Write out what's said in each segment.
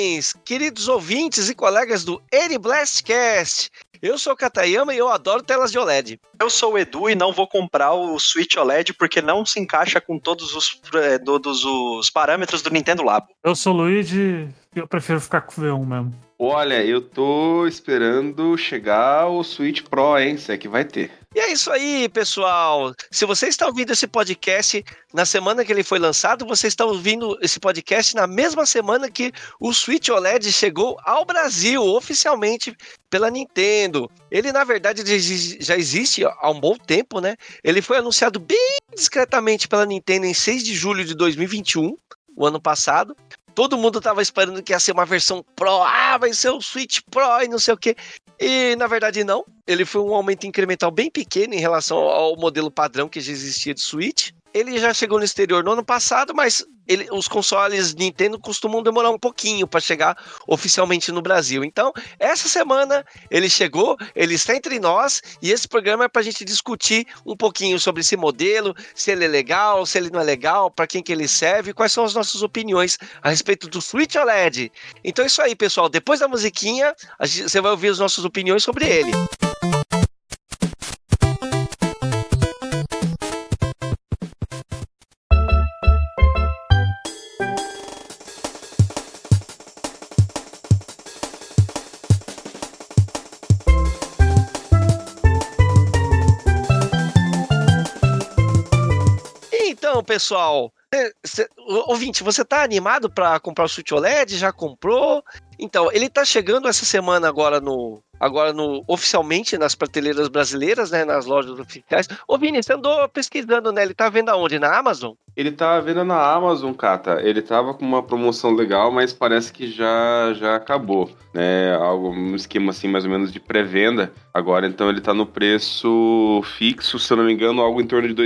Saudações, queridos ouvintes e colegas do N-Blastcast. Eu sou o Katayama e eu adoro telas de OLED. Eu sou o Edu e não vou comprar o Switch OLED porque não se encaixa com todos os parâmetros do Nintendo Labo. Eu sou o Luigi e eu prefiro ficar com o V1 mesmo. Olha, eu tô esperando chegar o Switch Pro, hein? Se é que vai ter. E é isso aí, pessoal. Se você está ouvindo esse podcast na semana que ele foi lançado, você está ouvindo esse podcast na mesma semana que o Switch OLED chegou ao Brasil, oficialmente pela Nintendo. Ele, na verdade, já existe há um bom tempo, né? Ele foi anunciado bem discretamente pela Nintendo em 6 de julho de 2021, o ano passado. Todo mundo tava esperando que ia ser uma versão Pro, vai ser o Switch Pro e não sei o quê. E, na verdade, não. Ele foi um aumento incremental bem pequeno em relação ao modelo padrão que já existia de Switch. Ele já chegou no exterior no ano passado, mas os consoles Nintendo costumam demorar um pouquinho para chegar oficialmente no Brasil. Então, essa semana ele chegou, ele está entre nós, e esse programa é para a gente discutir um pouquinho sobre esse modelo, se ele é legal, se ele não é legal, para quem que ele serve, quais são as nossas opiniões a respeito do Switch OLED. Então é isso aí, pessoal. Depois da musiquinha, você vai ouvir as nossas opiniões sobre ele. Então, pessoal, ouvinte, você tá animado para comprar o Switch OLED? Já comprou? Então, ele tá chegando essa semana agora oficialmente nas prateleiras brasileiras, né, nas lojas oficiais. Ô Vini, você andou pesquisando, né? Ele tá vendo aonde? Na Amazon? Ele tá vendo na Amazon, Kata. Ele tava com uma promoção legal, mas parece que já acabou, né? Um esquema assim, mais ou menos de pré-venda. Agora, então, ele tá no preço fixo, se eu não me engano, algo em torno de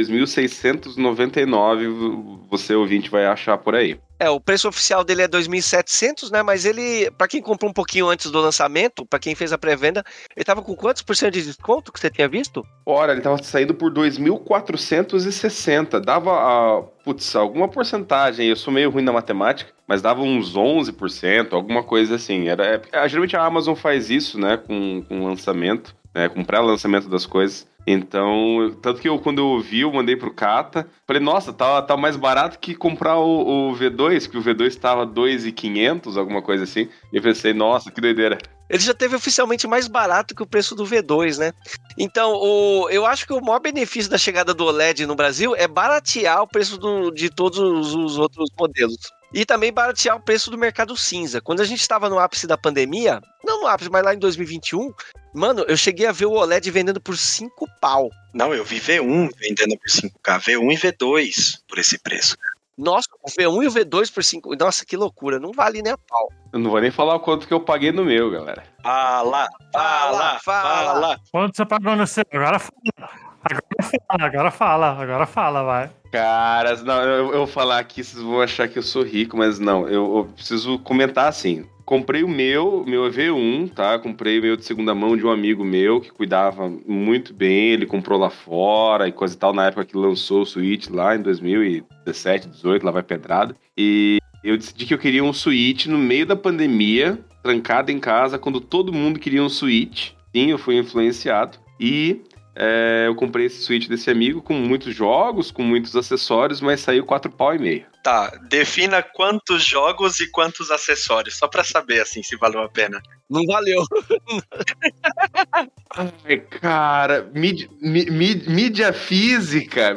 2.699. Você, ouvinte, vai achar por aí. O preço oficial dele é 2.700, né? Mas ele, para quem comprou um pouquinho antes do lançamento, para quem fez a pré-venda, ele tava com quantos por cento de desconto que você tinha visto? Ora, ele tava saindo por 2.460. Dava, alguma porcentagem. Eu sou meio ruim na matemática, mas dava uns 11%, alguma coisa assim. Geralmente a Amazon faz isso, né? Com lançamento, né? Com pré-lançamento das coisas. Então, tanto que quando eu ouvi, eu mandei pro Kata, falei, nossa, tá mais barato que comprar o V2, que o V2 tava 2.500, alguma coisa assim, e eu pensei, nossa, que doideira. Ele já teve oficialmente mais barato que o preço do V2, né? Então, eu acho que o maior benefício da chegada do OLED no Brasil é baratear o preço de todos os outros modelos. E também baratear o preço do mercado cinza. Quando a gente estava no ápice da pandemia, não no ápice, mas lá em 2021, mano, eu cheguei a ver o OLED vendendo por 5 pau. Não, eu vi V1 vendendo por 5K, V1 e V2 por esse preço. Nossa, o V1 e o V2 por 5... Nossa, que loucura, não vale nem a pau. Eu não vou nem falar o quanto que eu paguei no meu, galera. Fala. Quanto você pagou no seu? Agora fala, vai. Caras, não, eu vou falar aqui, vocês vão achar que eu sou rico, mas não, eu preciso comentar assim. Comprei o meu V1, tá? Comprei o meu de segunda mão de um amigo meu que cuidava muito bem, ele comprou lá fora e coisa e tal, na época que lançou o Switch lá em 2017, 18, lá vai pedrada. E eu decidi que eu queria um Switch no meio da pandemia, trancado em casa, quando todo mundo queria um Switch. Sim, eu fui influenciado. E eu comprei esse Switch desse amigo com muitos jogos, com muitos acessórios, mas saiu 4,5 pau. Tá, defina quantos jogos e quantos acessórios, só pra saber, assim, se valeu a pena. Não valeu. Ai, cara, mídia física.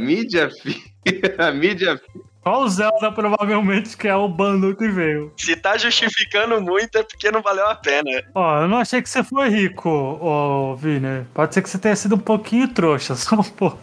Só o Zelda provavelmente que é o bundle que veio. Se tá justificando muito é porque não valeu a pena. Ó, eu não achei que você foi rico, ô Vini. Pode ser que você tenha sido um pouquinho trouxa, só um pouco.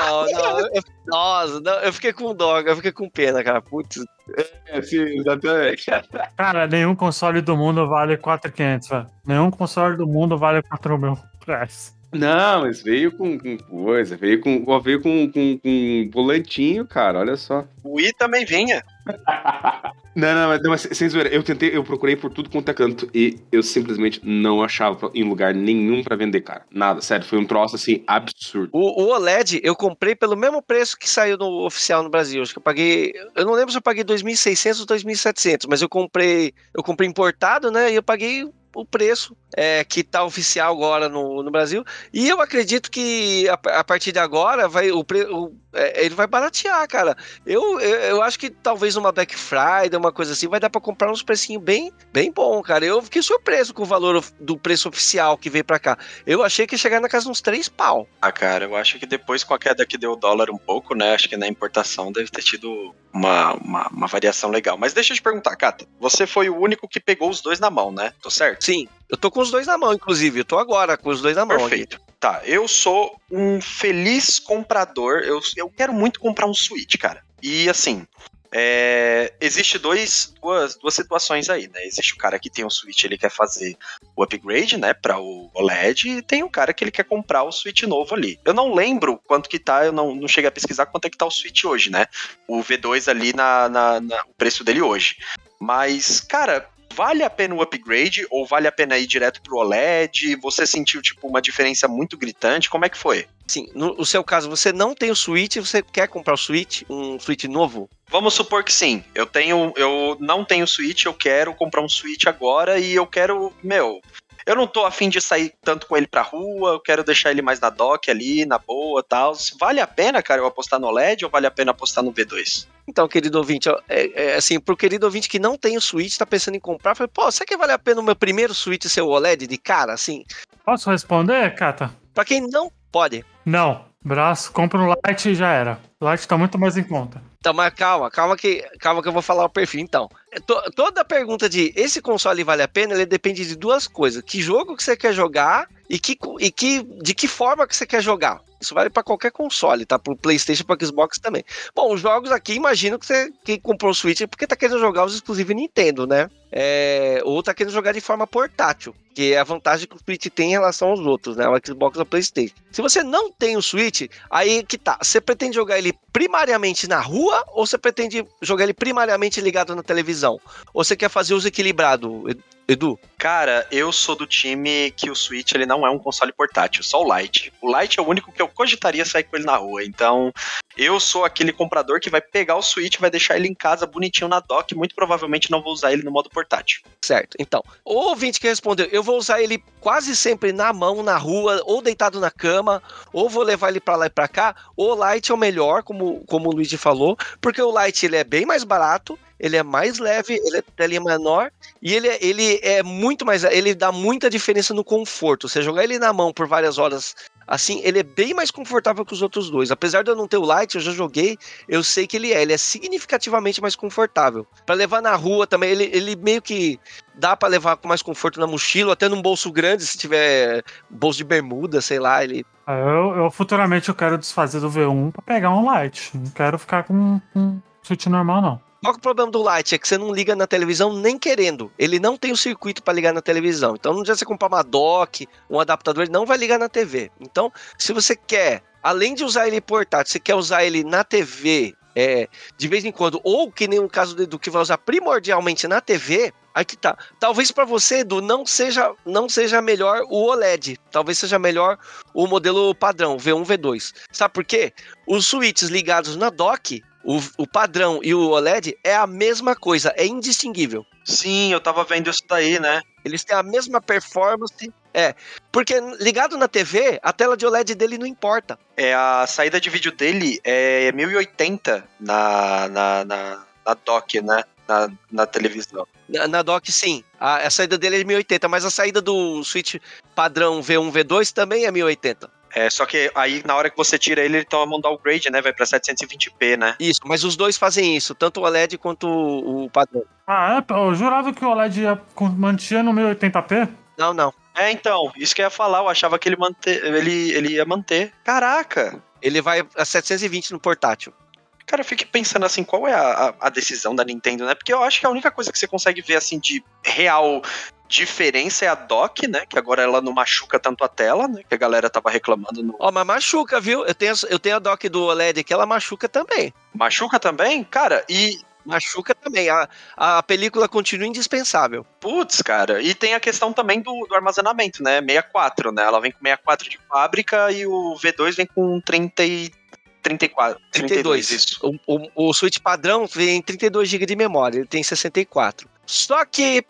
Não, eu fiquei com dó, eu fiquei com pena, cara. Putz. Sim, exatamente. Cara, nenhum console do mundo vale 4.500, velho. Nenhum console do mundo vale 4.000 reais. Não, mas veio com coisa, veio com volantinho, cara, olha só. O Wii também vinha. Mas sem zoeira, eu procurei por tudo quanto é canto e eu simplesmente não achava em lugar nenhum pra vender, cara. Nada, sério, foi um troço assim absurdo. O OLED eu comprei pelo mesmo preço que saiu no oficial no Brasil. Acho que eu não lembro se eu paguei 2.600 ou 2.700, mas eu comprei importado, né? E eu paguei o preço que tá oficial agora no Brasil. E eu acredito que a partir de agora ele vai baratear, cara. Eu acho que talvez uma Black Friday, uma coisa assim, vai dar pra comprar uns precinhos bem, bem bom, cara. Eu fiquei surpreso com o valor do preço oficial que veio pra cá. Eu achei que ia chegar na casa de uns 3 pau. Ah, cara, eu acho que depois com a queda que deu o dólar um pouco, né? Acho que na importação deve ter tido uma variação legal. Mas deixa eu te perguntar, Cata. Você foi o único que pegou os dois na mão, né? Tô certo? Sim, eu tô com os dois na mão, inclusive. Eu tô agora com os dois na mão. Perfeito. Aqui. Tá, eu sou um feliz comprador. Eu quero muito comprar um Switch, cara. E assim, existe duas situações aí, né? Existe o cara que tem um Switch, ele quer fazer o upgrade, né, para o OLED, e tem o cara que ele quer comprar o Switch novo ali. Eu não lembro quanto que tá, eu não cheguei a pesquisar quanto é que tá o Switch hoje, né? O V2 ali o preço dele hoje. Mas, cara, vale a pena o upgrade ou vale a pena ir direto pro OLED? Você sentiu, tipo, uma diferença muito gritante? Como é que foi? Sim, no seu caso, você não tem o Switch, você quer comprar o Switch, um Switch novo? Vamos supor que sim. Eu não tenho Switch, eu quero comprar um Switch agora e eu quero, eu não tô afim de sair tanto com ele pra rua, eu quero deixar ele mais na dock ali, na boa e tal. Vale a pena, cara, eu apostar no OLED ou vale a pena apostar no V2? Então, querido ouvinte, assim, pro querido ouvinte que não tem o Switch, tá pensando em comprar, falei, pô, será que vale a pena o meu primeiro Switch ser o OLED de cara, assim? Posso responder, Cata? Pra quem não pode. Não. Braço, compra um Lite e já era. O Lite tá muito mais em conta. Então, mas calma que eu vou falar o perfil. Então, toda pergunta de esse console vale a pena, ele depende de duas coisas. Que jogo que você quer jogar e de que forma que você quer jogar. Isso vale para qualquer console, tá? Pro PlayStation, pro Xbox também. Bom, os jogos aqui, imagino que você que comprou o Switch é porque tá querendo jogar os exclusivos Nintendo, né? Ou tá querendo jogar de forma portátil, que é a vantagem que o Switch tem em relação aos outros, né? O Xbox e o PlayStation. Se você não tem o Switch, aí que tá. Você pretende jogar ele primariamente na rua ou você pretende jogar ele primariamente ligado na televisão? Ou você quer fazer uso equilibrado, Edu? Cara, eu sou do time que o Switch ele não é um console portátil, só o Lite. O Lite é o único que eu cogitaria sair com ele na rua, então eu sou aquele comprador que vai pegar o Switch, vai deixar ele em casa bonitinho na dock, muito provavelmente não vou usar ele no modo portátil. Certo, então, o ouvinte que respondeu, eu vou usar ele quase sempre na mão, na rua, ou deitado na cama, ou vou levar ele pra lá e pra cá. O Lite é o melhor, como o Luigi falou, porque o Lite ele é bem mais barato, ele é mais leve, ele é telinha menor e ele é muito mais, ele dá muita diferença no conforto. Você jogar ele na mão por várias horas assim, ele é bem mais confortável que os outros dois. Apesar de eu não ter o Lite, eu já joguei, eu sei que ele é significativamente mais confortável. Para levar na rua também, ele meio que dá para levar com mais conforto na mochila, até num bolso grande, se tiver bolso de bermuda, sei lá, ele... Eu futuramente eu quero desfazer do V1 para pegar um Lite. Não quero ficar com um Switch normal, não. Qual que é o problema do Lite? É que você não liga na televisão nem querendo. Ele não tem o circuito para ligar na televisão. Então não adianta você comprar uma dock, um adaptador, ele não vai ligar na TV. Então, se você quer, além de usar ele portátil, você quer usar ele na TV, de vez em quando, ou que nem o caso do Edu, que vai usar primordialmente na TV, aí que tá. Talvez para você, Edu, não seja melhor o OLED. Talvez seja melhor o modelo padrão, V1, V2. Sabe por quê? Os switches ligados na dock, o padrão e o OLED é a mesma coisa, é indistinguível. Sim, eu tava vendo isso daí, né? Eles têm a mesma performance, porque ligado na TV, a tela de OLED dele não importa. A saída de vídeo dele é 1080 na dock, né? Na televisão. Na dock, sim. A saída dele é 1080, mas a saída do switch padrão V1, V2 também é 1080. Só que aí na hora que você tira ele toma um downgrade, né? Vai pra 720p, né? Isso, mas os dois fazem isso, tanto o OLED quanto o padrão. Eu jurava que o OLED mantinha no 1080p? Não. Então, isso que eu ia falar, eu achava que ele ia manter. Caraca! Ele vai a 720 no portátil. Cara, eu fiquei pensando assim, qual é a decisão da Nintendo, né? Porque eu acho que a única coisa que você consegue ver, assim, de real diferença é a dock, né? Que agora ela não machuca tanto a tela, né? Que a galera tava reclamando. Mas machuca, viu? Eu tenho a dock do OLED que ela machuca também. Machuca também? Cara, e Machuca também. A película continua indispensável. Putz, cara. E tem a questão também do armazenamento, né? 64, né? Ela vem com 64 de fábrica e o V2 vem com 34. 32, isso. O Switch padrão vem 32 GB de memória, ele tem 64. Só que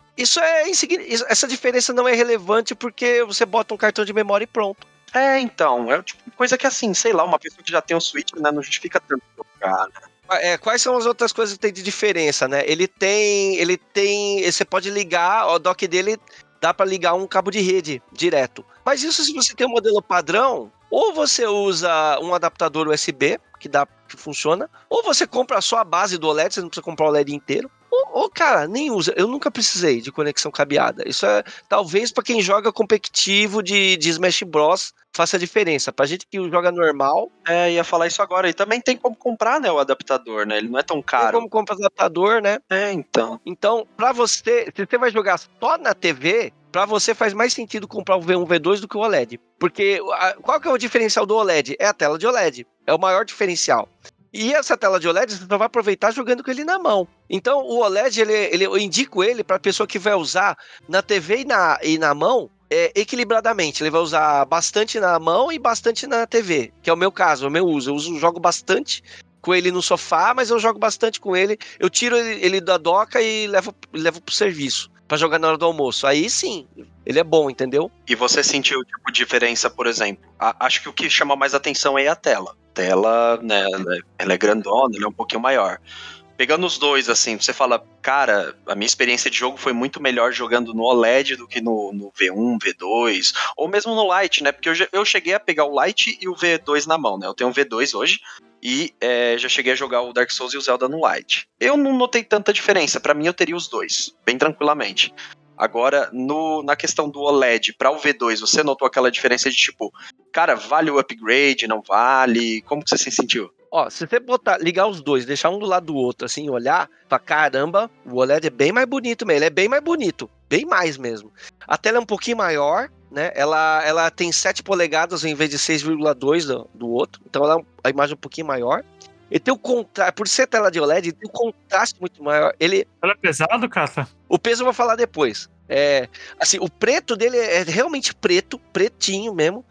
essa diferença não é relevante porque você bota um cartão de memória e pronto. Então, é tipo coisa que assim, sei lá, uma pessoa que já tem o Switch, né, não justifica tanto jogar, né? Quais são as outras coisas que tem de diferença, né? Ele tem, você pode ligar, o dock dele dá para ligar um cabo de rede direto. Mas isso se você tem um modelo padrão, ou você usa um adaptador USB, que funciona, ou você compra só a base do OLED, você não precisa comprar o OLED inteiro. Ou, cara, nem usa. Eu nunca precisei de conexão cabeada. Isso é, talvez, para quem joga competitivo de Smash Bros, faça a diferença. Pra gente que joga normal... Ia falar isso agora. E também tem como comprar, né, o adaptador, né? Ele não é tão caro. Tem como comprar o adaptador, né? Então. Então, pra você, se você vai jogar só na TV, pra você faz mais sentido comprar o V1, V2 do que o OLED. Porque qual que é o diferencial do OLED? É a tela de OLED. É o maior diferencial. E essa tela de OLED você só vai aproveitar jogando com ele na mão. Então o OLED, eu indico ele para a pessoa que vai usar na TV e na mão equilibradamente. Ele vai usar bastante na mão e bastante na TV, que é o meu caso, o meu uso. Jogo bastante com ele no sofá, mas eu jogo bastante com ele. Eu tiro ele da doca e levo pro serviço para jogar na hora do almoço. Aí sim, ele é bom, entendeu? E você sentiu tipo diferença, por exemplo? Acho que o que chama mais atenção é a tela. Tela, né, ela é grandona, ela é um pouquinho maior. Pegando os dois, assim, você fala, cara, a minha experiência de jogo foi muito melhor jogando no OLED do que no V1, V2, ou mesmo no Lite, né? Porque eu cheguei a pegar o Lite e o V2 na mão, né? Eu tenho um V2 hoje e já cheguei a jogar o Dark Souls e o Zelda no Lite. Eu não notei tanta diferença, pra mim eu teria os dois, bem tranquilamente. Agora, na questão do OLED para o V2, você notou aquela diferença de tipo, cara, vale o upgrade, não vale? Como que você se sentiu? Se você ligar os dois, deixar um do lado do outro, assim, olhar, pra caramba, o OLED é bem mais bonito mesmo, ele é bem mais bonito, bem mais mesmo. A tela é um pouquinho maior, né, ela tem 7 polegadas em vez de 6,2 do outro, então ela é a imagem um pouquinho maior. Ele tem o contraste, por ser tela de OLED, ele tem um contraste muito maior. Ela é pesado, cara? O peso eu vou falar depois. Assim, o preto dele é realmente pretinho mesmo.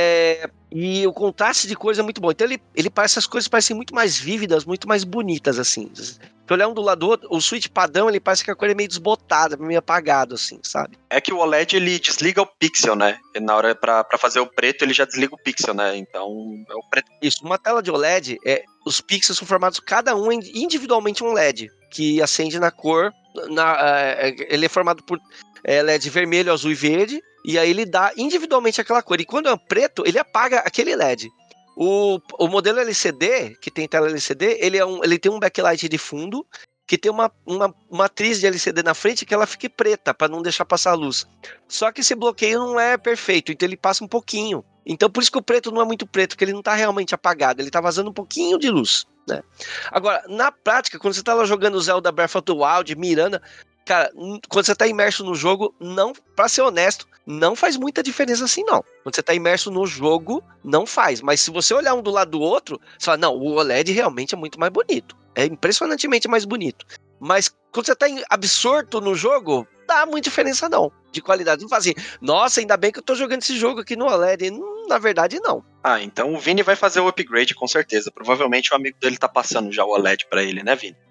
E o contraste de cores é muito bom. Então as coisas parecem muito mais vívidas, muito mais bonitas, assim. Se olhar um do lado do outro, o Switch padrão, ele parece que a cor é meio desbotada, meio apagado, assim, sabe? É que o OLED, ele desliga o pixel, né? E na hora pra fazer o preto, ele já desliga o pixel, né? Então, é o preto. Isso, uma tela de OLED, os pixels são formados, cada um individualmente um LED, que acende na cor. Ele é formado por LED vermelho, azul e verde, e aí ele dá individualmente aquela cor. E quando é preto, ele apaga aquele LED. O modelo LCD, que tem tela LCD, ele tem um backlight de fundo, que tem uma matriz de LCD na frente que ela fique preta, para não deixar passar a luz. Só que esse bloqueio não é perfeito, então ele passa um pouquinho. Então por isso que o preto não é muito preto, porque ele não está realmente apagado, ele está vazando um pouquinho de luz, né? Agora, na prática, quando você está lá jogando Zelda Breath of the Wild, Miranda, cara, quando você tá imerso no jogo, pra ser honesto, não faz muita diferença assim, não. Quando você tá imerso no jogo, não faz. Mas se você olhar um do lado do outro, você fala, não, o OLED realmente é muito mais bonito. É impressionantemente mais bonito. Mas quando você tá absorto no jogo, não dá muita diferença, não. De qualidade. Não faz assim, nossa, ainda bem que eu tô jogando esse jogo aqui no OLED. Na verdade, não. Então o Vini vai fazer o upgrade, com certeza. Provavelmente o amigo dele tá passando já o OLED pra ele, né, Vini?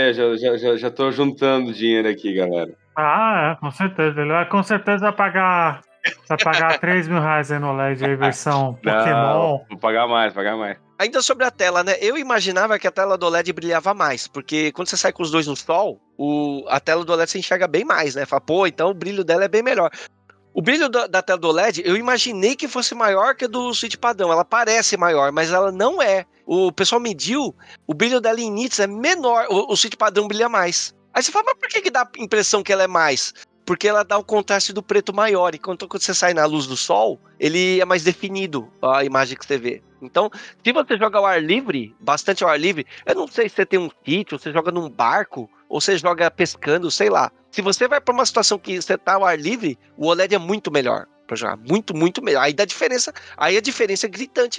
Já tô juntando dinheiro aqui, galera. Com certeza. Ele vai com certeza vai pagar R$3.000 aí no OLED, aí, versão Pokémon. Não, vou pagar mais. Ainda sobre a tela, né? Eu imaginava que a tela do OLED brilhava mais, porque quando você sai com os dois no sol, a tela do OLED você enxerga bem mais, né? Fala, então o brilho dela é bem melhor. O brilho da tela do OLED, eu imaginei que fosse maior que a do Switch padrão. Ela parece maior, mas ela não é. O pessoal mediu, o brilho dela em nits é menor, o Switch padrão brilha mais. Aí você fala, mas por que dá a impressão que ela é mais? Porque ela dá o contraste do preto maior, e quando você sai na luz do sol, ele é mais definido, a imagem que você vê. Então, se você joga ao ar livre, bastante ao ar livre, eu não sei se você tem um sítio, você joga num barco, ou você joga pescando, sei lá. Se você vai para uma situação que você tá ao ar livre, o OLED é muito melhor para jogar, muito, muito melhor. Aí a diferença é gritante mesmo.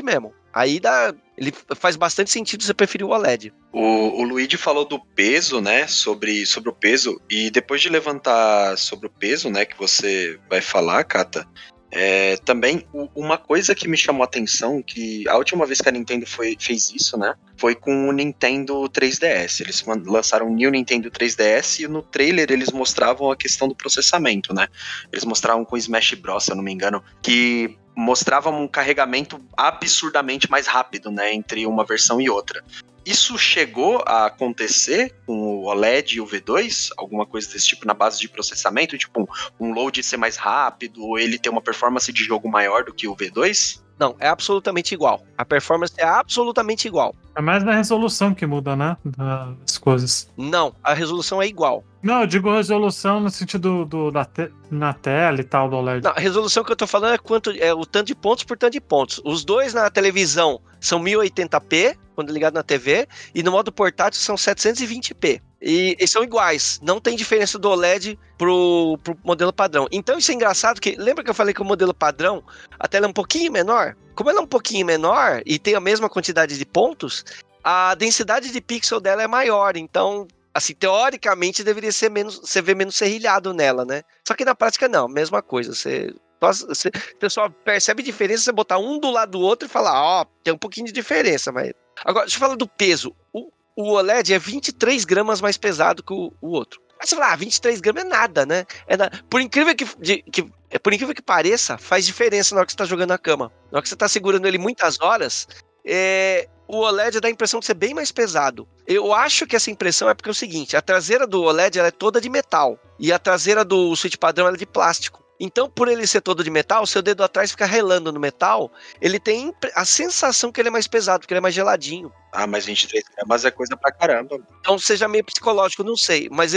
Aí ele faz bastante sentido você preferir o OLED. O Luigi falou do peso, né? Sobre o peso. E depois de levantar sobre o peso, né? Que você vai falar, Kata. Também uma coisa que me chamou a atenção, que a última vez que a Nintendo fez isso, né? Foi com o Nintendo 3DS. Eles lançaram o New Nintendo 3DS e no trailer eles mostravam a questão do processamento, né? Eles mostravam com o Smash Bros, se eu não me engano, que mostravam um carregamento absurdamente mais rápido, né? Entre uma versão e outra. Isso chegou a acontecer com o OLED e o V2? Alguma coisa desse tipo na base de processamento? Tipo, um load ser mais rápido, ou ele ter uma performance de jogo maior do que o V2? Não, é absolutamente igual. A performance é absolutamente igual. É mais na resolução que muda, né? Das coisas. Não, a resolução é igual. Não, eu digo resolução no sentido na tela e tal do OLED. Não, a resolução que eu tô falando é o tanto de pontos por tanto de pontos. Os dois na televisão são 1080p, quando ligado na TV, e no modo portátil são 720p. E são iguais, não tem diferença do OLED pro modelo padrão. Então isso é engraçado, que lembra que eu falei que o modelo padrão, a tela é um pouquinho menor? Como ela é um pouquinho menor e tem a mesma quantidade de pontos, a densidade de pixel dela é maior, então, assim, teoricamente deveria ser menos, você vê menos serrilhado nela, né? Só que na prática não, mesma coisa, você só percebe diferença se você botar um do lado do outro e falar, ó, tem um pouquinho de diferença, mas... Agora, deixa eu falar do peso. O OLED é 23 gramas mais pesado que o outro. Aí você fala, 23 gramas é nada, né? Por incrível que pareça, faz diferença na hora que você tá jogando na cama. Na hora que você tá segurando ele muitas horas, o OLED dá a impressão de ser bem mais pesado. Eu acho que essa impressão é porque é o seguinte, a traseira do OLED ela é toda de metal, e a traseira do Switch padrão ela é de plástico. Então, por ele ser todo de metal, seu dedo atrás fica relando no metal, ele tem a sensação que ele é mais pesado, porque ele é mais geladinho. Ah, mas 23 gramas é coisa pra caramba. Então seja meio psicológico, não sei. Mas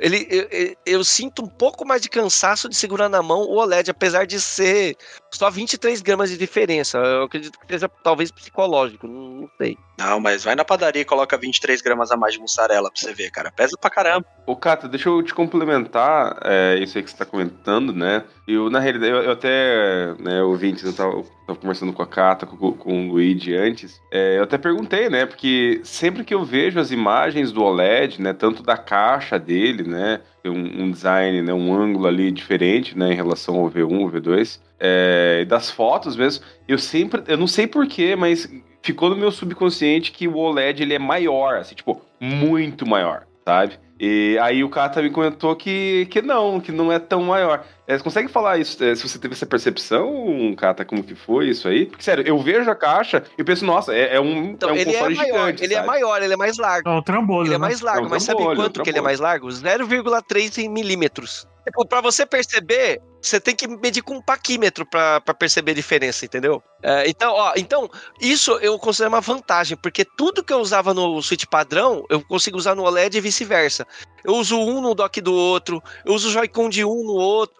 eu sinto um pouco mais de cansaço de segurar na mão o OLED, apesar de ser só 23 gramas de diferença. Eu acredito que seja talvez psicológico, não sei. Não, mas vai na padaria e coloca 23 gramas a mais de mussarela pra você ver, cara. Pesa pra caramba. Ô, Kata, deixa eu te complementar isso aí que você tá comentando, né? Na realidade, eu até, né, ouvintes, eu tava conversando com a Kata, com o Luigi antes, eu até perguntei, né? Porque sempre que eu vejo as imagens do OLED, né, tanto da caixa dele, né, tem um design, né, um ângulo ali diferente, né, em relação ao V1, ao V2, e das fotos mesmo, eu não sei porquê, mas ficou no meu subconsciente que o OLED ele é maior, assim, tipo, muito maior, sabe? E aí o Kata me comentou que não é tão maior. Você consegue falar isso, se você teve essa percepção, Kata, como que foi isso aí? Porque, sério, eu vejo a caixa e eu penso, nossa, é um console gigante, ele sabe? é maior, ele é mais largo. É um trambolho, ele é né? mais largo, mas sabe quanto que ele é mais largo? 0,3 milímetros. Pra você perceber, você tem que medir com um paquímetro pra perceber a diferença, entendeu? Então, isso eu considero uma vantagem, porque tudo que eu usava no Switch padrão, eu consigo usar no OLED e vice-versa. Eu uso um no dock do outro, eu uso o Joy-Con de um no outro.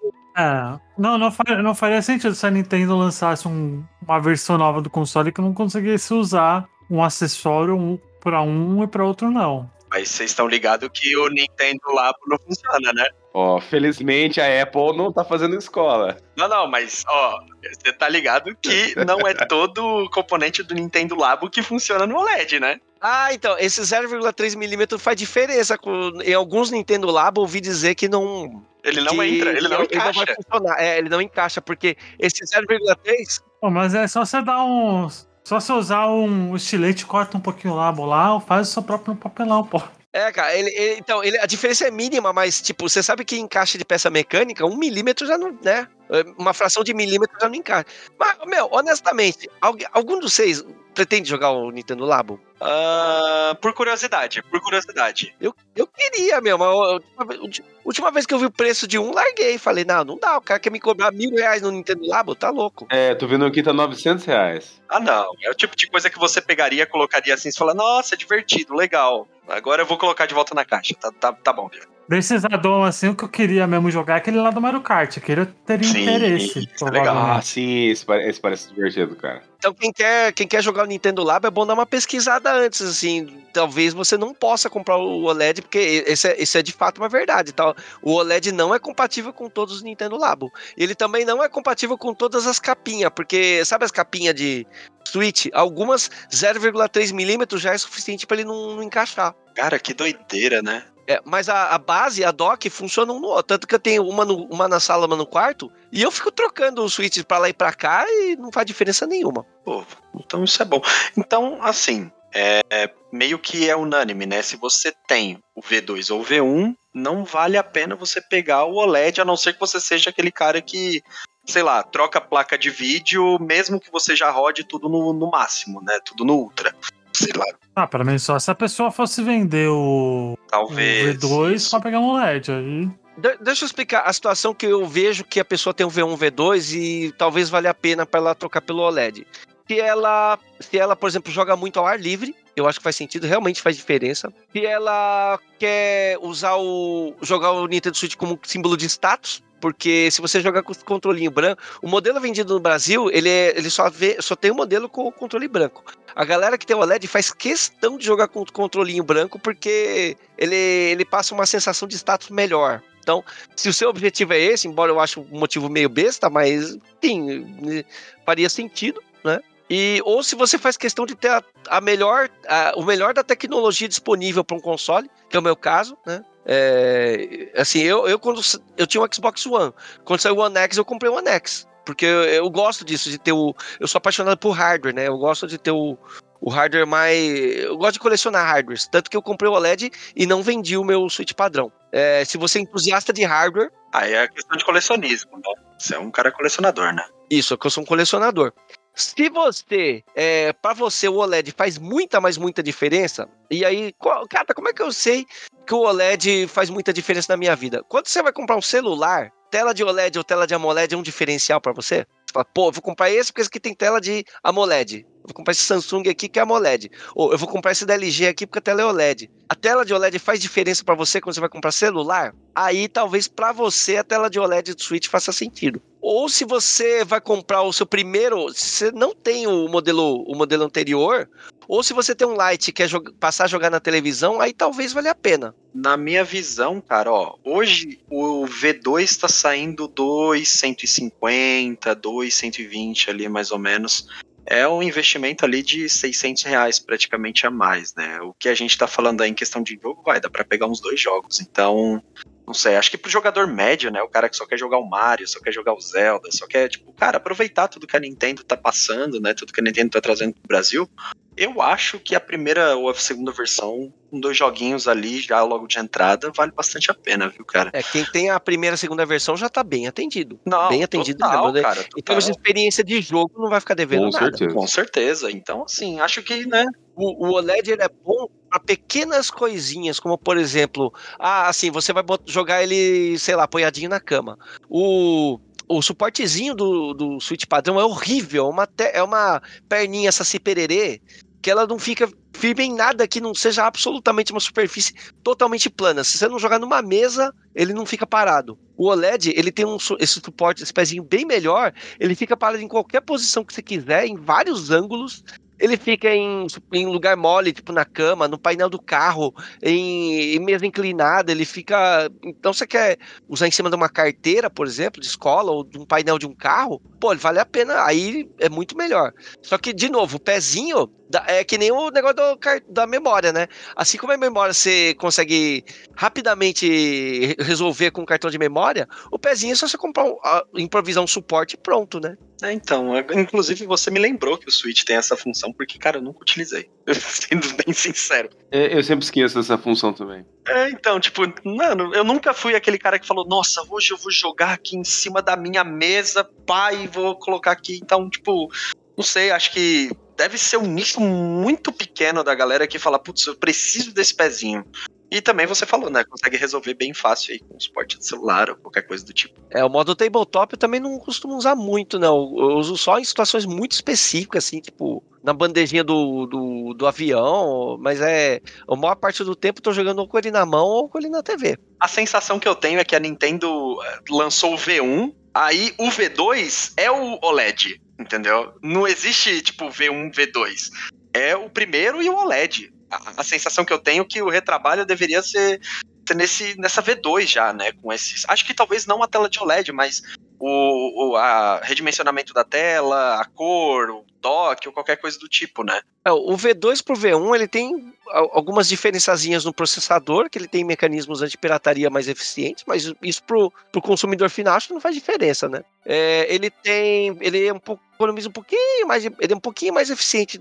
Não faria sentido se a Nintendo lançasse uma versão nova do console que não conseguisse usar um acessório pra um e pra outro não. Mas vocês estão ligados que o Nintendo Labo não funciona, né? Ó, felizmente a Apple não tá fazendo escola. Não, mas, você tá ligado que não é todo componente do Nintendo Labo que funciona no OLED, né? Ah, então, esse 0,3 milímetro faz diferença. Em alguns Nintendo Labo, ouvi dizer que não... Ele não entra, ele não encaixa. Ele não vai funcionar. Ele não encaixa, porque esse 0,3... Mas é só você dar só você usar um estilete, corta um pouquinho o labo lá, faz o seu próprio papelão, pô. Cara, a diferença é mínima, mas, tipo, você sabe que em caixa de peça mecânica, 1 milímetro já não, né? Uma fração de milímetro já não encaixa. Mas, honestamente, algum de vocês pretende jogar o Nintendo Labo? Por curiosidade. Eu queria, mas última vez que eu vi o preço de larguei. Falei, não dá, o cara quer me cobrar R$1.000 no Nintendo Labo, tá louco. Tô vendo aqui, tá R$900. Ah, não, é o tipo de coisa que você pegaria, colocaria assim, e fala, nossa, é divertido, legal. Agora eu vou colocar de volta na caixa, tá bom, Desses addon assim, o que eu queria mesmo jogar é aquele lá do Mario Kart. Eu queria ter interesse. Isso é legal. Ah, sim, esse parece divertido, cara. Então quem quer jogar o Nintendo Labo é bom dar uma pesquisada antes, assim, talvez você não possa comprar o OLED, porque isso é de fato uma verdade, tá? O OLED não é compatível com todos os Nintendo Labo. Ele também não é compatível com todas as capinhas, porque sabe as capinhas de Switch? Algumas 0,3mm já é suficiente para ele não encaixar. Cara, que doideira, né? Mas a base, a dock, funciona um no outro. Tanto que eu tenho uma na sala, uma no quarto, e eu fico trocando os switches pra lá e pra cá e não faz diferença nenhuma. Pô, então isso é bom. Então, assim, meio que é unânime, né? Se você tem o V2 ou o V1, não vale a pena você pegar o OLED, a não ser que você seja aquele cara que, sei lá, troca a placa de vídeo, mesmo que você já rode tudo no máximo, né? Tudo no Ultra. Sei lá. Pelo menos só se a pessoa fosse vender Talvez, o V2 isso. pra pegar um LED. Aí... Deixa eu explicar a situação que eu vejo que a pessoa tem um V1, V2 e talvez valha a pena para ela trocar pelo OLED. Se ela, por exemplo, joga muito ao ar livre, eu acho que faz sentido, realmente faz diferença. Se ela quer jogar o Nintendo Switch como símbolo de status, porque se você jogar com o controlinho branco, o modelo vendido no Brasil, ele só tem o modelo com o controle branco. A galera que tem o OLED faz questão de jogar com o controlinho branco porque ele passa uma sensação de status melhor. Então, se o seu objetivo é esse, embora eu ache um motivo meio besta, mas sim, faria sentido, né? Ou se você faz questão de ter o melhor da tecnologia disponível para um console, que é o meu caso, né? Assim, quando eu tinha um Xbox One, quando saiu o One X, eu comprei o One X, porque eu gosto disso, de ter eu sou apaixonado por hardware, né? Eu gosto de ter o hardware eu gosto de colecionar hardwares, tanto que eu comprei o OLED e não vendi o meu Switch padrão. Se você é entusiasta de hardware... Aí é questão de colecionismo, né? Você é um cara colecionador, né? Isso, que eu sou um colecionador. Se para você o OLED faz muita diferença, e aí, cara, como é que eu sei que o OLED faz muita diferença na minha vida? Quando você vai comprar um celular, tela de OLED ou tela de AMOLED é um diferencial para você? Você fala, pô, eu vou comprar esse porque esse aqui tem tela de AMOLED. Eu vou comprar esse Samsung aqui que é AMOLED. Ou eu vou comprar esse da LG aqui porque a tela é OLED. A tela de OLED faz diferença para você quando você vai comprar celular? Aí talvez para você a tela de OLED do Switch faça sentido. Ou se você vai comprar o seu primeiro, se você não tem o modelo anterior, ou se você tem um Lite e quer passar a jogar na televisão, aí talvez valha a pena. Na minha visão, cara, hoje o V2 tá saindo 2,150, 2,120 ali mais ou menos. É um investimento ali de R$600 praticamente a mais, né? O que a gente tá falando aí em questão de jogo, dá pra pegar uns 2 jogos. Então, não sei, acho que pro jogador médio, né? O cara que só quer jogar o Mario, só quer jogar o Zelda, só quer, cara, aproveitar tudo que a Nintendo tá passando, né? Tudo que a Nintendo tá trazendo pro Brasil. Eu acho que a primeira ou a segunda versão, com 2 joguinhos ali, já logo de entrada, vale bastante a pena, viu, cara? Quem tem a primeira e segunda versão já tá bem atendido. Não, bem atendido total, mesmo. Cara, em termos de experiência de jogo, não vai ficar devendo nada. Certeza. Com certeza. Então, assim, acho que, né? O OLED ele é bom para pequenas coisinhas, como por exemplo, assim, você vai jogar ele, sei lá, apoiadinho na cama. O suportezinho do Switch padrão é horrível, é uma perninha saci pererê, que ela não fica firme em nada que não seja absolutamente uma superfície totalmente plana. Se você não jogar numa mesa, ele não fica parado. O OLED, ele tem esse suporte, esse pezinho bem melhor, ele fica parado em qualquer posição que você quiser, em vários ângulos. Ele fica em lugar mole, tipo na cama, no painel do carro, em mesa inclinada, ele fica... Então você quer usar em cima de uma carteira, por exemplo, de escola, ou de um painel de um carro, pô, ele vale a pena, aí é muito melhor. Só que, de novo, o pezinho é que nem o negócio da memória, né? Assim como a memória você consegue rapidamente resolver com um cartão de memória, o pezinho é só você comprar, improvisar um suporte e pronto, né? Então, inclusive você me lembrou que o Switch tem essa função, porque, cara, eu nunca utilizei, sendo bem sincero. Eu sempre esqueço dessa função também. Então, mano, eu nunca fui aquele cara que falou, nossa, hoje eu vou jogar aqui em cima da minha mesa, e vou colocar aqui. Então, não sei, acho que deve ser um nicho muito pequeno da galera que fala, putz, eu preciso desse pezinho. E também você falou, né? Consegue resolver bem fácil aí com suporte de celular ou qualquer coisa do tipo. O modo tabletop eu também não costumo usar muito, não. Eu uso só em situações muito específicas, assim, tipo na bandejinha do avião, mas a maior parte do tempo eu tô jogando ou com ele na mão ou com ele na TV. A sensação que eu tenho é que a Nintendo lançou o V1, aí o V2 é o OLED, entendeu? Não existe, tipo, V1, V2. É o primeiro e o OLED. A sensação que eu tenho é que o retrabalho deveria ser nessa V2 já, né? Com esses. Acho que talvez não a tela de OLED, mas o redimensionamento da tela, a cor, o dock, ou qualquer coisa do tipo, né? O V2 pro V1, ele tem algumas diferençazinhas no processador, que ele tem mecanismos anti-pirataria mais eficientes, mas isso pro consumidor final acho que não faz diferença, né? Ele é economiza um pouquinho mais, ele é um pouquinho mais eficiente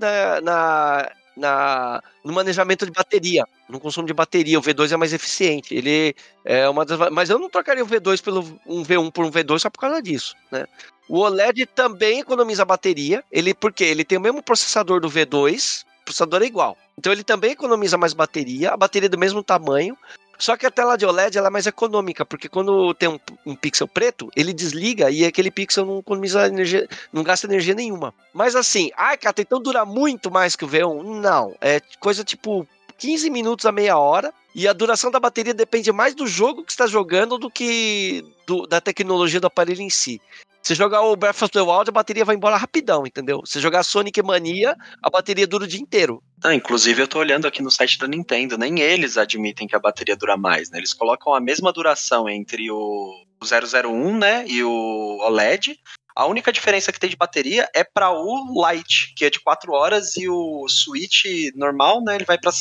no manejamento de bateria, no consumo de bateria. O V2 é mais eficiente. Ele é mas eu não trocaria o V2 pelo um V1 por um V2 só por causa disso, né? O OLED também economiza bateria. Porque ele tem o mesmo processador do V2, o processador é igual. Então ele também economiza mais bateria, a bateria é do mesmo tamanho. Só que a tela de OLED ela é mais econômica, porque quando tem um pixel preto, ele desliga e aquele pixel não economiza energia, não gasta energia nenhuma. Mas assim, Cata, então dura muito mais que o V1? Não, é coisa tipo 15 minutos a meia hora, e a duração da bateria depende mais do jogo que você está jogando do que da tecnologia do aparelho em si. Se jogar o Breath of the Wild, a bateria vai embora rapidão, entendeu? Se jogar Sonic Mania, a bateria dura o dia inteiro. Inclusive eu tô olhando aqui no site da Nintendo, nem eles admitem que a bateria dura mais, né? Eles colocam a mesma duração entre o 001, né, e o OLED. A única diferença que tem de bateria é para o Lite, que é de 4 horas, e o Switch normal, né, ele vai para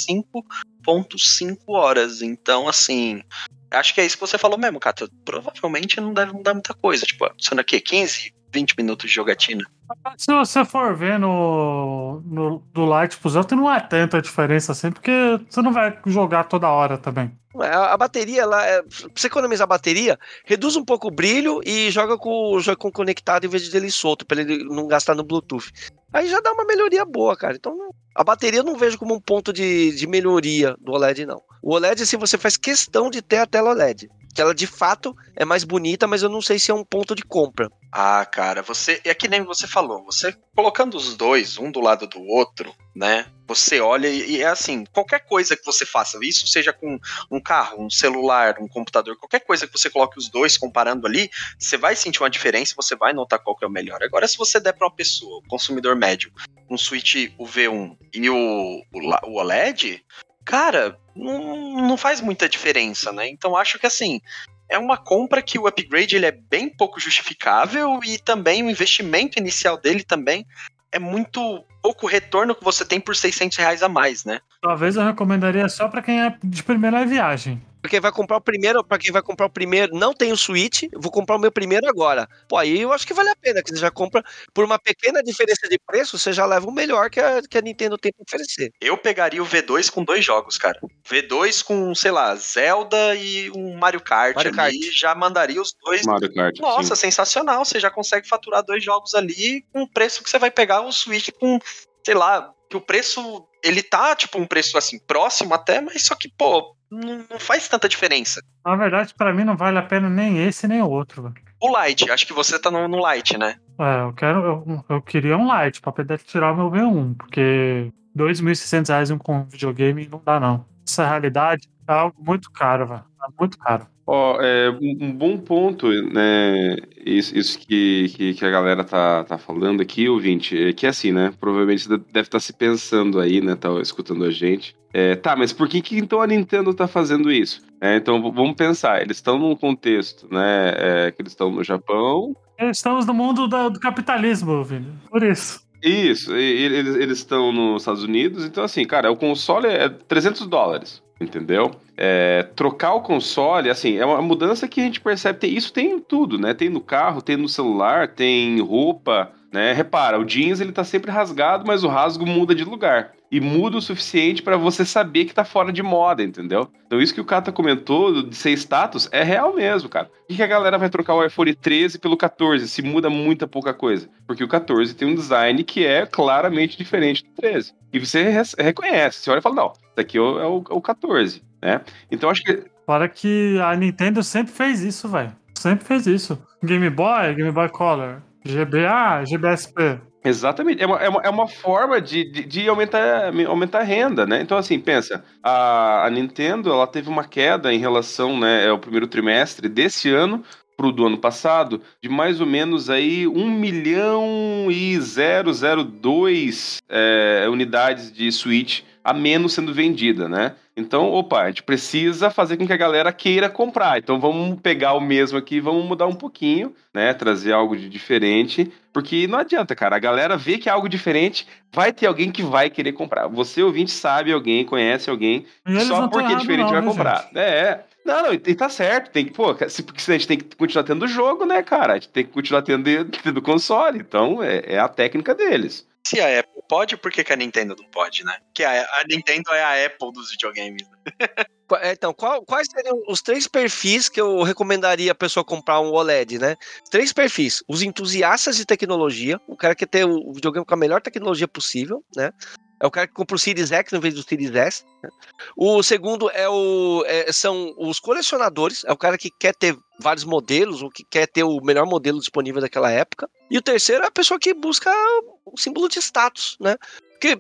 5.5 horas. Então, assim, acho que é isso que você falou mesmo, Cato. Provavelmente não deve mudar muita coisa. Tipo, adiciona aqui 15, 20 minutos de jogatina. Se você for ver do Lite pro Zelda, não é tanta diferença assim, porque você não vai jogar toda hora também. A bateria, pra você economizar a bateria, reduz um pouco o brilho e joga com o Joy-Con conectado em vez de ele solto, pra ele não gastar no Bluetooth. Aí já dá uma melhoria boa, cara. Então, a bateria eu não vejo como um ponto de melhoria do OLED, não. O OLED, assim, você faz questão de ter a tela OLED. Que ela, de fato, é mais bonita, mas eu não sei se é um ponto de compra. Cara, é que nem você falou, você colocando os dois, um do lado do outro, né, você olha e é assim, qualquer coisa que você faça, isso seja com um carro, um celular, um computador, qualquer coisa que você coloque os dois comparando ali, você vai sentir uma diferença, você vai notar qual que é o melhor. Agora, se você der para uma pessoa, um consumidor médio, um Switch, o V1 e o OLED, cara, não faz muita diferença, né? Então acho que assim, é uma compra que o upgrade ele é bem pouco justificável e também o investimento inicial dele também é muito pouco retorno que você tem por R$600 a mais, né? Talvez eu recomendaria só para quem é de primeira viagem. Pra quem vai comprar o primeiro, não tem o Switch, vou comprar o meu primeiro agora. Pô, aí eu acho que vale a pena, que você já compra por uma pequena diferença de preço, você já leva o melhor que a Nintendo tem pra oferecer. Eu pegaria o V2 com 2 jogos, cara. V2 com, sei lá, Zelda e um Mario Kart ali, já mandaria os dois. Mario Kart, nossa, sim. Sensacional, você já consegue faturar 2 jogos ali com o preço que você vai pegar o Switch com, sei lá, que o preço, ele tá, tipo, um preço, assim, próximo até, mas só que, pô, não faz tanta diferença. Na verdade, pra mim não vale a pena nem esse nem o outro, velho. O Lite, acho que você tá no Lite, né? Eu queria um Lite pra poder tirar o meu V1, porque R$2.600 um videogame não dá, não. Essa realidade é algo muito caro, velho. É muito caro. Um bom ponto, né? Isso que a galera tá falando aqui, ouvinte, é que assim, né? Provavelmente você deve estar se pensando aí, né? Tá escutando a gente. Mas por que então a Nintendo tá fazendo isso? Então vamos pensar, eles estão num contexto, né? Que eles estão no Japão. Estamos no mundo do capitalismo, filho. Por isso. Isso, eles estão nos Estados Unidos, então assim, cara, o console é $300. Entendeu? Trocar o console, assim, é uma mudança que a gente percebe. Isso tem em tudo, né? Tem no carro, tem no celular, tem roupa, né? Repara, o jeans ele tá sempre rasgado, mas o rasgo muda de lugar. E muda o suficiente para você saber que tá fora de moda, entendeu? Então isso que o Kata comentou de ser status é real mesmo, cara. Por que a galera vai trocar o iPhone 13 pelo 14 se muda muita pouca coisa? Porque o 14 tem um design que é claramente diferente do 13. E você reconhece, você olha e fala, não, isso aqui é o 14, né? Então acho que... Fora que a Nintendo sempre fez isso, velho. Sempre fez isso. Game Boy Color, GBA, GBSP. Exatamente, é uma forma de aumentar a renda, né? Então, assim, pensa, a Nintendo, ela teve uma queda em relação, né, ao primeiro trimestre desse ano pro do ano passado, de mais ou menos aí 1.002 unidades de Switch a menos sendo vendida, né? Então, opa, a gente precisa fazer com que a galera queira comprar. Então, vamos pegar o mesmo aqui, vamos mudar um pouquinho, né? Trazer algo de diferente, porque não adianta, cara. A galera vê que é algo diferente, vai ter alguém que vai querer comprar. Você, ouvinte, sabe alguém, conhece alguém, E eles só não tão porque é errado diferente não, vai né, comprar. gente? Não, e tá certo. Tem que, pô, porque a gente tem que continuar tendo jogo, né, cara? A gente tem que continuar tendo console. Então, é a técnica deles. Se a Apple pode, por que a Nintendo não pode, né? Porque a Nintendo é a Apple dos videogames. Né? Então, quais seriam os 3 perfis que eu recomendaria a pessoa comprar um OLED, né? 3 perfis. Os entusiastas de tecnologia, o cara que quer ter o videogame com a melhor tecnologia possível, né? É o cara que compra o Series X em vez do Series S. Né? O segundo são os colecionadores, é o cara que quer ter vários modelos, ou que quer ter o melhor modelo disponível daquela época. E o terceiro é a pessoa que busca o símbolo de status, né? Porque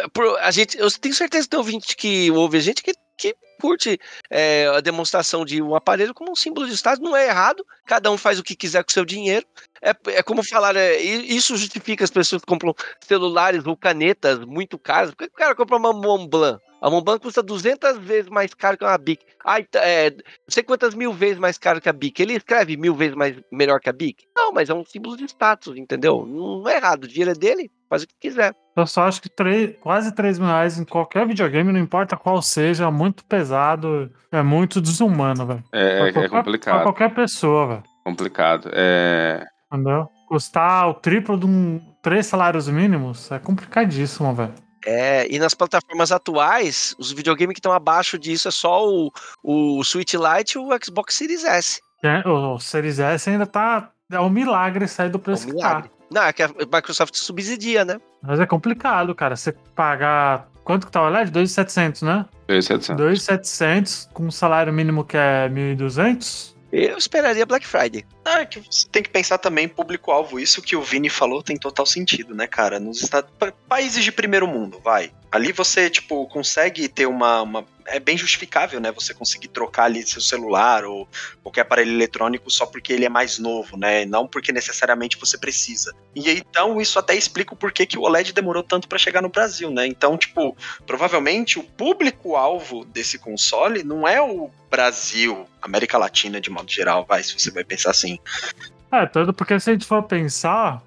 eu tenho certeza que tem ouvinte que ouve a gente que curte a demonstração de um aparelho como um símbolo de status, não é errado, cada um faz o que quiser com o seu dinheiro, é como falar, isso justifica as pessoas que compram celulares ou canetas muito caras, porque o cara compra uma Montblanc, a Montblanc custa 200 vezes mais caro que uma Bic, não sei quantas mil vezes mais caro que a Bic, ele escreve 1000 vezes melhor que a Bic? Não, mas é um símbolo de status, entendeu? Não é errado, o dinheiro é dele, faz o que quiser. Eu só acho que quase 3 mil reais em qualquer videogame, não importa qual seja, é muito pesado, é muito desumano, velho. É Pra complicado. qualquer pessoa, velho. Complicado. Entendeu? Custar o triplo de 3 salários mínimos é complicadíssimo, velho. E nas plataformas atuais, os videogames que estão abaixo disso é só o Switch Lite e o Xbox Series S. O Series S ainda tá... É um milagre sair do É um preço que milagre. tá. Não, é que a Microsoft subsidia, né? Mas é complicado, cara. Você pagar... Quanto que tá o OLED? 2.700, né? 2.700. 2.700 com um salário mínimo que é 1.200? Eu esperaria Black Friday. É que você tem que pensar também público-alvo. Isso que o Vini falou tem total sentido, né, cara? Países de primeiro mundo, vai. Ali você, tipo, consegue ter é bem justificável, né? Você conseguir trocar ali seu celular ou qualquer aparelho eletrônico só porque ele é mais novo, né? Não porque necessariamente você precisa. E então isso até explica o porquê que o OLED demorou tanto pra chegar no Brasil, né? Então, tipo, provavelmente o público-alvo desse console não é o Brasil, América Latina de modo geral, se você vai pensar assim. Tanto porque se a gente for pensar,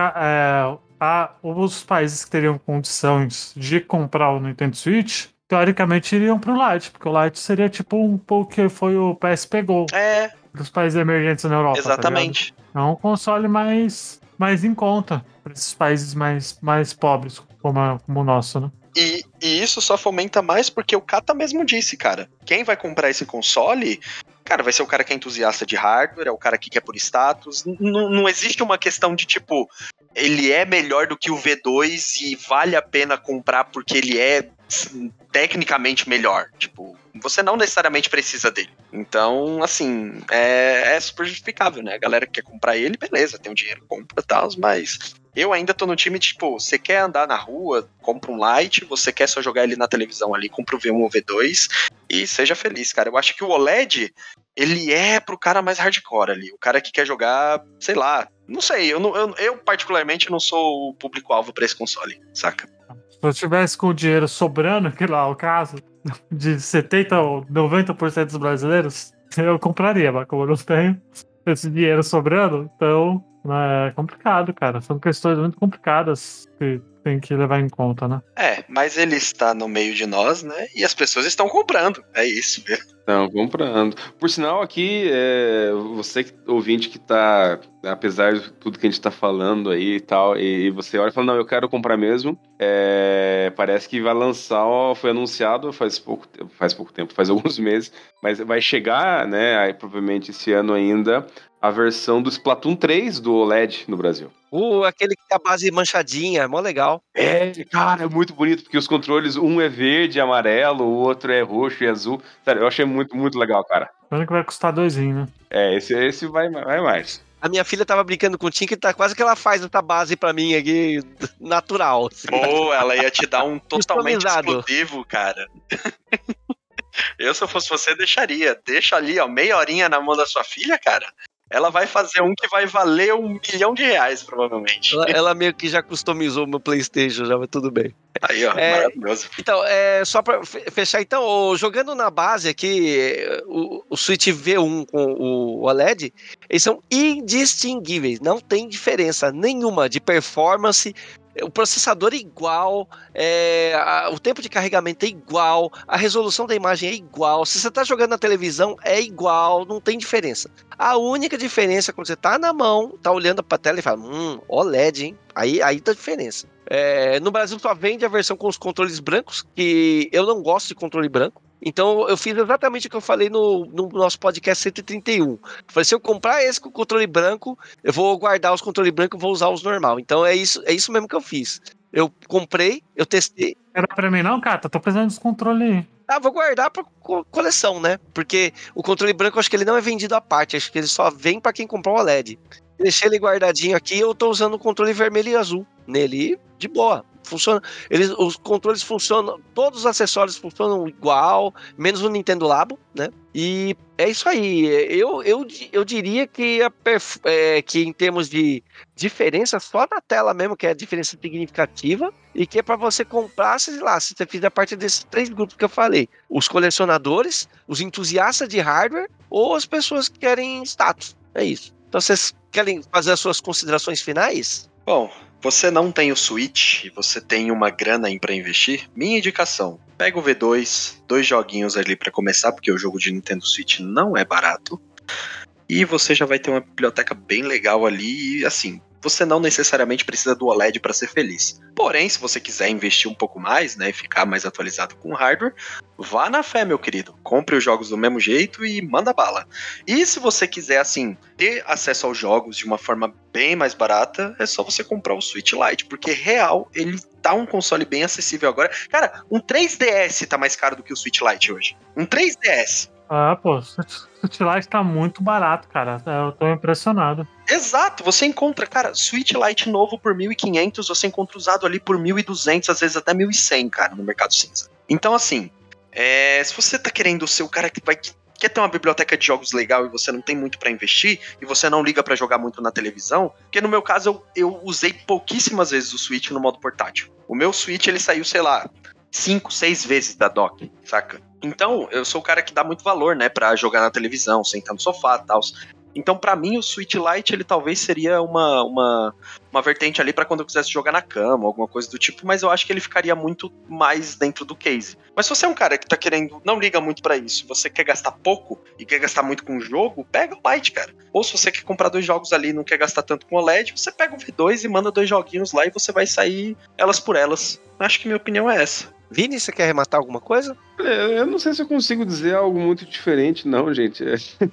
os países que teriam condições de comprar o Nintendo Switch, teoricamente iriam pro Lite, porque o Lite seria tipo um pouco que foi o PSP Go dos países emergentes na Europa. Exatamente. Tá, é um console mais em conta para esses países mais pobres, como o nosso, né? E isso só fomenta mais porque o Kata mesmo disse, cara. Quem vai comprar esse console, cara, vai ser o cara que é entusiasta de hardware, é o cara que quer por status. Não existe uma questão de tipo, ele é melhor do que o V2 e vale a pena comprar porque ele é tecnicamente melhor. Tipo, você não necessariamente precisa dele. Então, assim, é super justificável, né? A galera que quer comprar ele, beleza, tem o dinheiro, compra e tal, mas eu ainda tô no time, tipo, você quer andar na rua, compra um Lite, você quer só jogar ele na televisão ali, compra o V1 ou V2 e seja feliz, cara. Eu acho que o OLED, ele é pro cara mais hardcore ali, o cara que quer jogar, sei lá, não sei, eu particularmente não sou o público-alvo pra esse console, saca? Se eu tivesse com o dinheiro sobrando, que lá é o caso, de 70% ou 90% dos brasileiros, eu compraria, mas como eu não tenho esse dinheiro sobrando, então é complicado, cara. São questões muito complicadas que tem que levar em conta, né? Mas ele está no meio de nós, né? E as pessoas estão comprando. É isso, viu? Estão comprando. Por sinal, aqui, você ouvinte que tá, apesar de tudo que a gente tá falando aí e tal, e você olha e fala, não, eu quero comprar mesmo, parece que vai lançar, foi anunciado faz pouco tempo, faz alguns meses, mas vai chegar, né, aí provavelmente esse ano ainda, a versão do Splatoon 3 do OLED no Brasil. Aquele que tem a base manchadinha, é mó legal. Cara, é muito bonito, porque os controles, um é verde e amarelo, o outro é roxo e azul. Sério, eu achei muito, muito legal, cara. Pena que vai custar $2, né? Esse vai mais. A minha filha tava brincando com o Tim, que tá quase que ela faz essa base pra mim aqui, natural. Assim. Pô, ela ia te dar um totalmente Customizado. exclusivo, cara. Eu, se eu fosse você, deixaria. Deixa ali, ó, meia horinha na mão da sua filha, cara. Ela vai fazer um que vai valer R$1 milhão, provavelmente. Ela meio que já customizou o meu PlayStation, já vai tudo bem. Aí, ó, maravilhoso. Então, só pra fechar, então, jogando na base aqui, o Switch V1 com o OLED, eles são indistinguíveis, não tem diferença nenhuma de performance. O processador é igual, o tempo de carregamento é igual, a resolução da imagem é igual. Se você está jogando na televisão, é igual, não tem diferença. A única diferença é quando você está na mão, está olhando para a tela e fala, OLED, hein? Aí tá a diferença. No Brasil só vende a versão com os controles brancos, que eu não gosto de controle branco. Então eu fiz exatamente o que eu falei no nosso podcast 131. Falei, se eu comprar esse com controle branco, eu vou guardar os controles brancos e vou usar os normal. Então é isso mesmo que eu fiz. Eu comprei, eu testei. Era pra mim não, cara? Tô precisando dos controles aí. Vou guardar pra coleção, né? Porque o controle branco, eu acho que ele não é vendido à parte. Acho que ele só vem pra quem comprou o OLED. Deixei ele guardadinho aqui, eu tô usando o controle vermelho e azul nele, de boa. Funciona. Os controles funcionam, todos os acessórios funcionam igual, menos o Nintendo Labo, né? E é isso aí. Eu diria que, que em termos de diferença, só na tela mesmo, que é a diferença significativa, e que é para você comprar, sei lá, se você fizer parte desses 3 grupos que eu falei: os colecionadores, os entusiastas de hardware ou as pessoas que querem status. É isso. Então, vocês querem fazer as suas considerações finais? Bom, você não tem o Switch e você tem uma grana aí pra investir? Minha indicação, pega o V2, 2 joguinhos ali pra começar, porque o jogo de Nintendo Switch não é barato. E você já vai ter uma biblioteca bem legal ali e, assim, você não necessariamente precisa do OLED para ser feliz. Porém, se você quiser investir um pouco mais, né, e ficar mais atualizado com o hardware, vá na fé, meu querido. Compre os jogos do mesmo jeito e manda bala. E se você quiser, assim, ter acesso aos jogos de uma forma bem mais barata, é só você comprar o Switch Lite, porque real, ele tá um console bem acessível agora. Cara, um 3DS tá mais caro do que o Switch Lite hoje. Um 3DS. Pô, o Switch Lite tá muito barato, cara. Eu tô impressionado. Exato, você encontra, cara, Switch Lite novo por 1.500, você encontra usado ali por 1.200, às vezes até 1.100, cara, no mercado cinza. Então, assim, se você tá querendo ser o cara que quer ter uma biblioteca de jogos legal e você não tem muito pra investir, e você não liga pra jogar muito na televisão, porque no meu caso eu usei pouquíssimas vezes o Switch no modo portátil. O meu Switch, ele saiu, sei lá, 5, 6 vezes da dock, saca? Então, eu sou o cara que dá muito valor, né, pra jogar na televisão, sentar no sofá e tal. Então, pra mim, o Switch Lite, ele talvez seria uma vertente ali pra quando eu quisesse jogar na cama, alguma coisa do tipo, mas eu acho que ele ficaria muito mais dentro do case. Mas se você é um cara que tá querendo, não liga muito pra isso, você quer gastar pouco e quer gastar muito com o jogo, pega o Lite, cara. Ou se você quer comprar 2 jogos ali e não quer gastar tanto com o OLED, você pega o V2 e manda 2 joguinhos lá e você vai sair elas por elas. Acho que minha opinião é essa. Vini, você quer arrematar alguma coisa? Eu não sei se eu consigo dizer algo muito diferente, não, gente.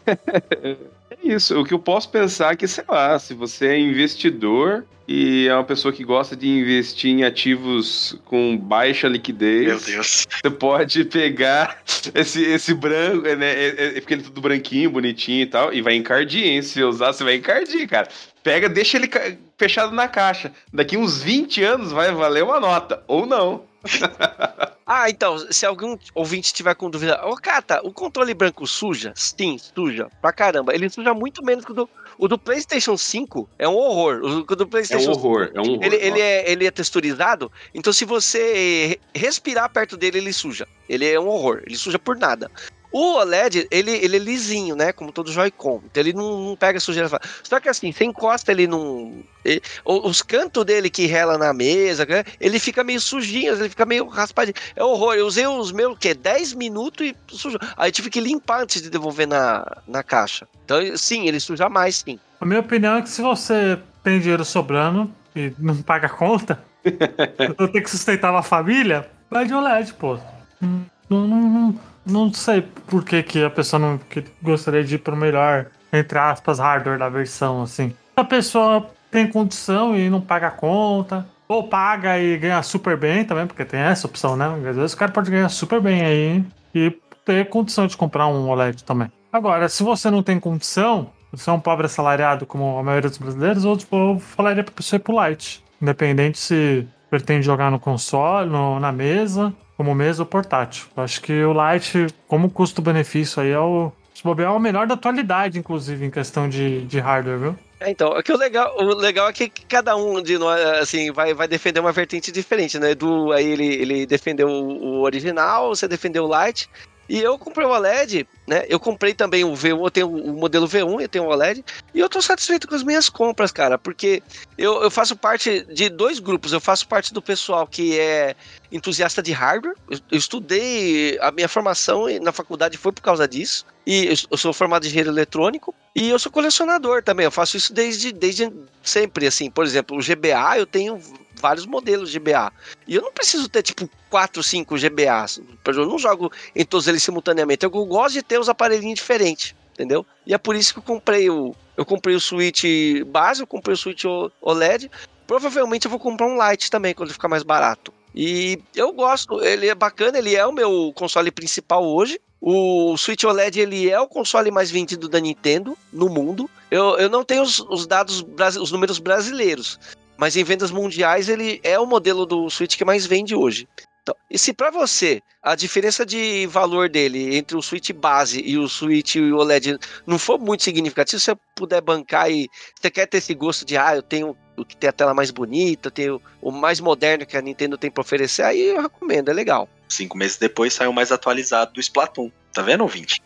É isso. O que eu posso pensar é que, sei lá, se você é investidor e é uma pessoa que gosta de investir em ativos com baixa liquidez, Meu Deus. você pode pegar esse branco, né? Porque ele é tudo branquinho, bonitinho e tal, e vai encardir, hein? Se usar, você vai encardir, cara. Pega, deixa ele fechado na caixa. Daqui uns 20 anos vai valer uma nota, ou não. Então, se algum ouvinte tiver com dúvida, Cata, o controle branco suja? Sim, suja pra caramba. Ele suja muito menos que o do PlayStation 5. É um horror. O do PlayStation 5, é um horror. Ele é texturizado, então se você respirar perto dele, ele suja. Ele é um horror, ele suja por nada. O OLED, ele é lisinho, né? Como todo Joy-Con. Então ele não pega sujeira. Só que assim, você encosta ele os cantos dele que rela na mesa, ele fica meio sujinho, ele fica meio raspadinho. É horror. Eu usei os meus, 10 minutos e sujou. Aí tive que limpar antes de devolver na caixa. Então, sim, ele suja mais, sim. A minha opinião é que se você tem dinheiro sobrando e não paga a conta, ou tem que sustentar uma família, vai de OLED, pô. Não sei por que a pessoa não gostaria de ir pro melhor, entre aspas, hardware da versão, assim. Se a pessoa tem condição e não paga a conta, ou paga e ganha super bem também, porque tem essa opção, né? Às vezes o cara pode ganhar super bem aí e ter condição de comprar um OLED também. Agora, se você não tem condição, você é um pobre assalariado, como a maioria dos brasileiros, ou tipo, eu falaria pra pessoa ir pro Lite. Independente se pretende jogar no console, na mesa, como mesa ou portátil. Eu acho que o Lite, como custo-benefício aí, se bobear, é o melhor da atualidade, inclusive, em questão de hardware, viu? Então, é que o legal é que cada um de nós, assim, vai defender uma vertente diferente, né? Edu, aí ele defendeu o original, você defendeu o Lite, e eu comprei o OLED, né? Eu comprei também o V1, eu tenho o modelo V1, eu tenho o OLED, e eu tô satisfeito com as minhas compras, cara, porque eu faço parte de 2 grupos, eu faço parte do pessoal que é entusiasta de hardware, eu estudei, a minha formação na faculdade foi por causa disso, e eu sou formado em engenheiro eletrônico, e eu sou colecionador também, eu faço isso desde sempre, assim, por exemplo, o GBA, eu tenho vários modelos de GBA, e eu não preciso ter, tipo, 4, 5 GBAs, eu não jogo em todos eles simultaneamente, eu gosto de ter os aparelhinhos diferentes, entendeu? E é por isso que eu comprei o Switch base, eu comprei o Switch OLED, provavelmente eu vou comprar um Lite também, quando ficar mais barato. E eu gosto, ele é bacana, ele é o meu console principal hoje. O Switch OLED, ele é o console mais vendido da Nintendo no mundo. Eu não tenho os dados, os números brasileiros, mas em vendas mundiais ele é o modelo do Switch que mais vende hoje. Então, e se para você a diferença de valor dele entre o Switch base e o Switch OLED não for muito significativo, se você puder bancar e você quer ter esse gosto de eu tenho o que tem a tela mais bonita, tenho o mais moderno que a Nintendo tem para oferecer, aí eu recomendo, é legal. 5 meses depois saiu mais atualizado do Splatoon. Tá vendo, ouvinte?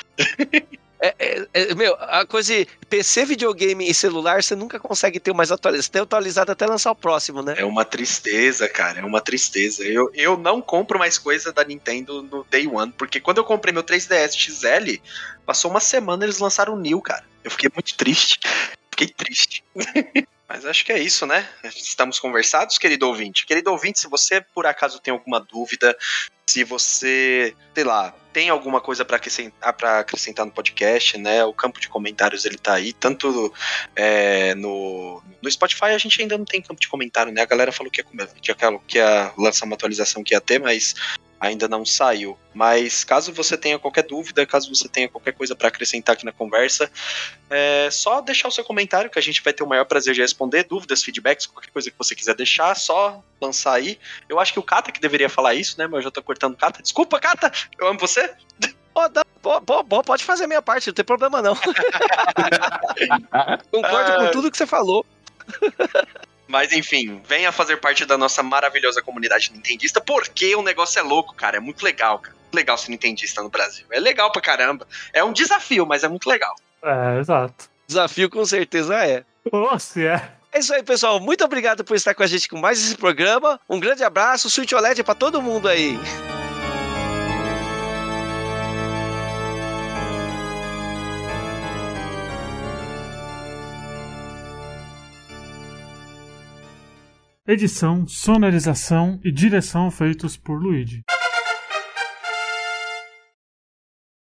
Meu, a coisa de PC, videogame e celular, você nunca consegue ter o mais atualizado. Você tem atualizado até lançar o próximo, né? É uma tristeza, cara. É uma tristeza. Eu não compro mais coisa da Nintendo no Day One, porque quando eu comprei meu 3DS XL, passou uma semana e eles lançaram o New, cara. Eu fiquei muito triste. Fiquei triste. Mas acho que é isso, né? Estamos conversados, querido ouvinte. Querido ouvinte, se você por acaso tem alguma dúvida, se você, sei lá, tem alguma coisa para acrescentar no podcast, né? O campo de comentários ele tá aí, tanto no Spotify a gente ainda não tem campo de comentário, né? A galera falou que ia lançar uma atualização que ia ter, mas ainda não saiu. Mas caso você tenha qualquer dúvida, caso você tenha qualquer coisa para acrescentar aqui na conversa, é só deixar o seu comentário que a gente vai ter o maior prazer de responder. Dúvidas, feedbacks, qualquer coisa que você quiser deixar, só lançar aí. Eu acho que o Kata que deveria falar isso, né? Mas eu já tô cortando o Kata. Desculpa, Kata! Eu amo você! Pode fazer a minha parte, não tem problema não. Concordo com tudo que você falou. Mas enfim, venha fazer parte da nossa maravilhosa comunidade nintendista, porque o negócio é louco, cara. É muito legal, cara. Legal ser nintendista no Brasil. É legal pra caramba. É um desafio, mas é muito legal. É, exato. Desafio com certeza é. Se é. É isso aí, pessoal. Muito obrigado por estar com a gente com mais esse programa. Um grande abraço. Switch OLED pra todo mundo aí. Edição, sonorização e direção feitos por Luigi.